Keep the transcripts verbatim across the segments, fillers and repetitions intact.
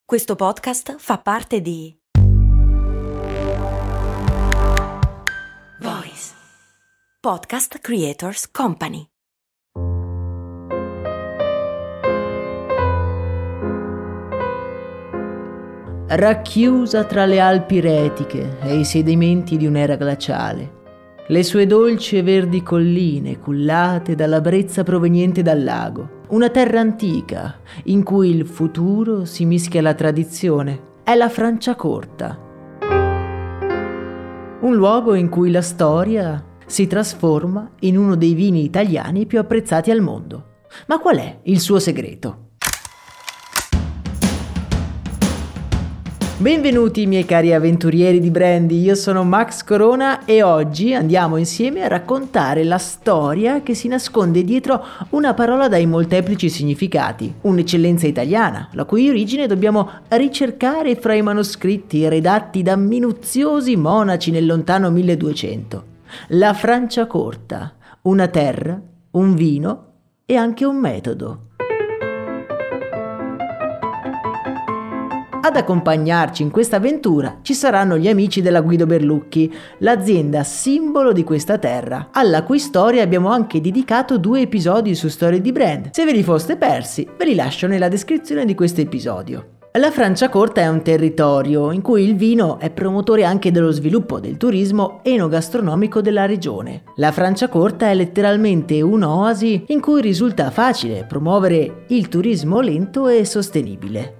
Questo podcast fa parte di Voice Podcast Creators Company. Racchiusa tra le Alpi retiche e i sedimenti di un'era glaciale, le sue dolci e verdi colline cullate dalla brezza proveniente dal lago, una terra antica in cui il futuro si mischia alla tradizione, è la Franciacorta. Un luogo in cui la storia si trasforma in uno dei vini italiani più apprezzati al mondo. Ma qual è il suo segreto? Benvenuti miei cari avventurieri di brandy, io sono Max Corona e oggi andiamo insieme a raccontare la storia che si nasconde dietro una parola dai molteplici significati, un'eccellenza italiana, la cui origine dobbiamo ricercare fra i manoscritti redatti da minuziosi monaci nel lontano milleduecento. La Franciacorta, una terra, un vino e anche un metodo. Ad accompagnarci in questa avventura ci saranno gli amici della Guido Berlucchi, l'azienda simbolo di questa terra, alla cui storia abbiamo anche dedicato due episodi su Storie di Brand. Se ve li foste persi, ve li lascio nella descrizione di questo episodio. La Franciacorta è un territorio in cui il vino è promotore anche dello sviluppo del turismo enogastronomico della regione. La Franciacorta è letteralmente un'oasi in cui risulta facile promuovere il turismo lento e sostenibile.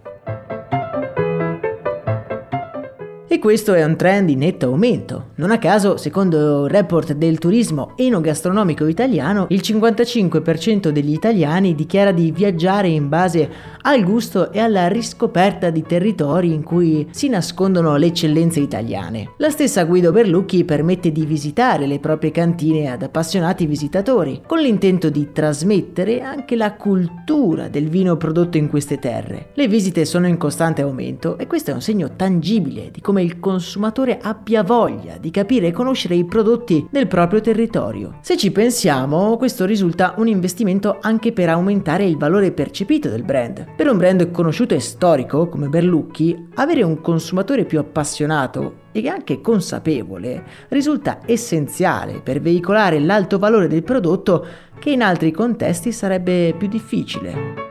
E questo è un trend in netto aumento. Non a caso, secondo il report del turismo enogastronomico italiano, il cinquantacinque per cento degli italiani dichiara di viaggiare in base al gusto e alla riscoperta di territori in cui si nascondono le eccellenze italiane. La stessa Guido Berlucchi permette di visitare le proprie cantine ad appassionati visitatori, con l'intento di trasmettere anche la cultura del vino prodotto in queste terre. Le visite sono in costante aumento e questo è un segno tangibile di come il consumatore abbia voglia di capire e conoscere i prodotti del proprio territorio. Se ci pensiamo, questo risulta un investimento anche per aumentare il valore percepito del brand. Per un brand conosciuto e storico come Berlucchi, avere un consumatore più appassionato e anche consapevole risulta essenziale per veicolare l'alto valore del prodotto che in altri contesti sarebbe più difficile.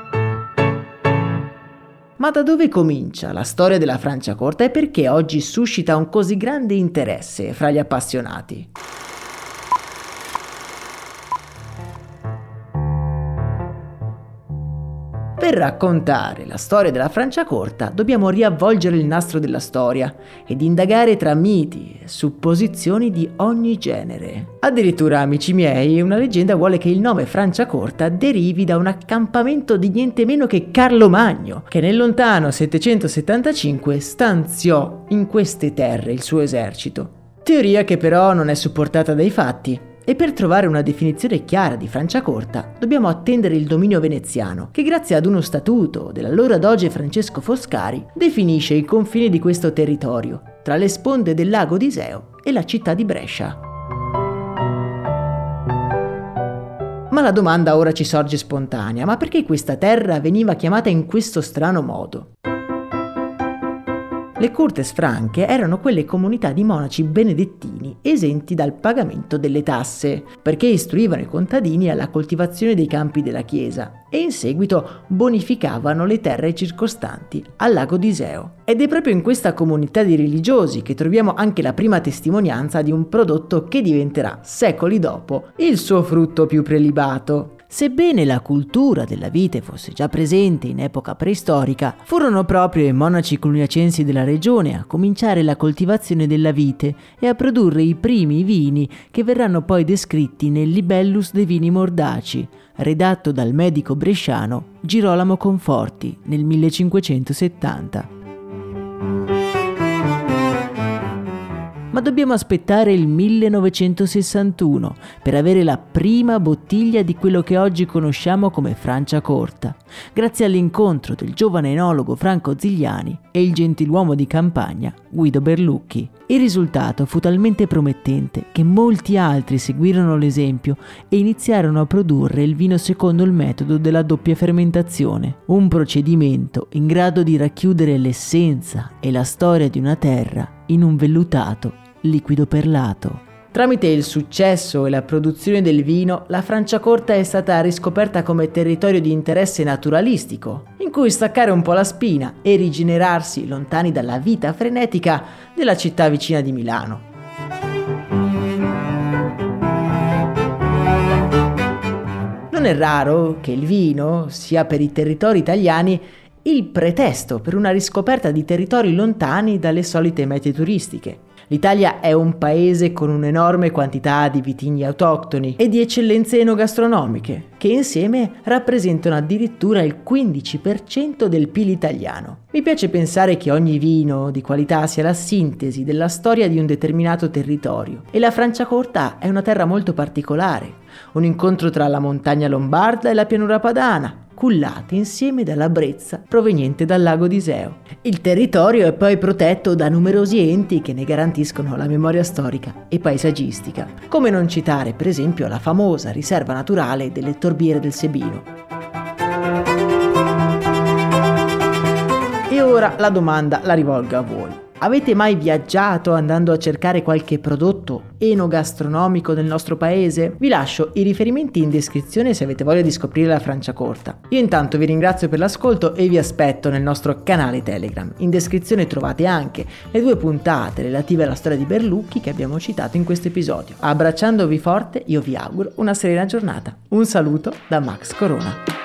Ma da dove comincia la storia della Franciacorta e perché oggi suscita un così grande interesse fra gli appassionati? Per raccontare la storia della Franciacorta dobbiamo riavvolgere il nastro della storia ed indagare tra miti e supposizioni di ogni genere. Addirittura, amici miei, una leggenda vuole che il nome Franciacorta derivi da un accampamento di niente meno che Carlo Magno, che nel lontano settecentosettantacinque stanziò in queste terre il suo esercito. Teoria che però non è supportata dai fatti. E per trovare una definizione chiara di Franciacorta dobbiamo attendere il dominio veneziano, che grazie ad uno statuto dell'allora doge Francesco Foscari definisce i confini di questo territorio, tra le sponde del lago di Iseo e la città di Brescia. Ma la domanda ora ci sorge spontanea: ma perché questa terra veniva chiamata in questo strano modo? Le curtes franche erano quelle comunità di monaci benedettini esenti dal pagamento delle tasse, perché istruivano i contadini alla coltivazione dei campi della chiesa e in seguito bonificavano le terre circostanti al lago di Iseo. Ed è proprio in questa comunità di religiosi che troviamo anche la prima testimonianza di un prodotto che diventerà, secoli dopo, il suo frutto più prelibato. Sebbene la cultura della vite fosse già presente in epoca preistorica, furono proprio i monaci cluniacensi della regione a cominciare la coltivazione della vite e a produrre i primi vini che verranno poi descritti nel Libellus de Vini Mordaci, redatto dal medico bresciano Girolamo Conforti nel millecinquecentosettanta. Ma ma dobbiamo aspettare il millenovecentosessantuno per avere la prima bottiglia di quello che oggi conosciamo come Franciacorta, grazie all'incontro del giovane enologo Franco Zigliani e il gentiluomo di campagna Guido Berlucchi. Il risultato fu talmente promettente che molti altri seguirono l'esempio e iniziarono a produrre il vino secondo il metodo della doppia fermentazione, un procedimento in grado di racchiudere l'essenza e la storia di una terra in un vellutato liquido perlato. Tramite il successo e la produzione del vino, la Franciacorta è stata riscoperta come territorio di interesse naturalistico, in cui staccare un po' la spina e rigenerarsi lontani dalla vita frenetica della città vicina di Milano. Non è raro che il vino sia per i territori italiani il pretesto per una riscoperta di territori lontani dalle solite mete turistiche. L'Italia è un paese con un'enorme quantità di vitigni autoctoni e di eccellenze enogastronomiche, che insieme rappresentano addirittura il quindici per cento del P I L italiano. Mi piace pensare che ogni vino di qualità sia la sintesi della storia di un determinato territorio, e la Franciacorta è una terra molto particolare, un incontro tra la montagna lombarda e la pianura padana, cullate insieme dalla brezza proveniente dal lago d'Iseo. Il territorio è poi protetto da numerosi enti che ne garantiscono la memoria storica e paesaggistica, come non citare per esempio la famosa riserva naturale delle Torbiere del Sebino. E ora la domanda la rivolgo a voi. Avete mai viaggiato andando a cercare qualche prodotto enogastronomico nel nostro paese? Vi lascio i riferimenti in descrizione se avete voglia di scoprire la Franciacorta. Io intanto vi ringrazio per l'ascolto e vi aspetto nel nostro canale Telegram. In descrizione trovate anche le due puntate relative alla storia di Berlucchi che abbiamo citato in questo episodio. Abbracciandovi forte, io vi auguro una serena giornata. Un saluto da Max Corona.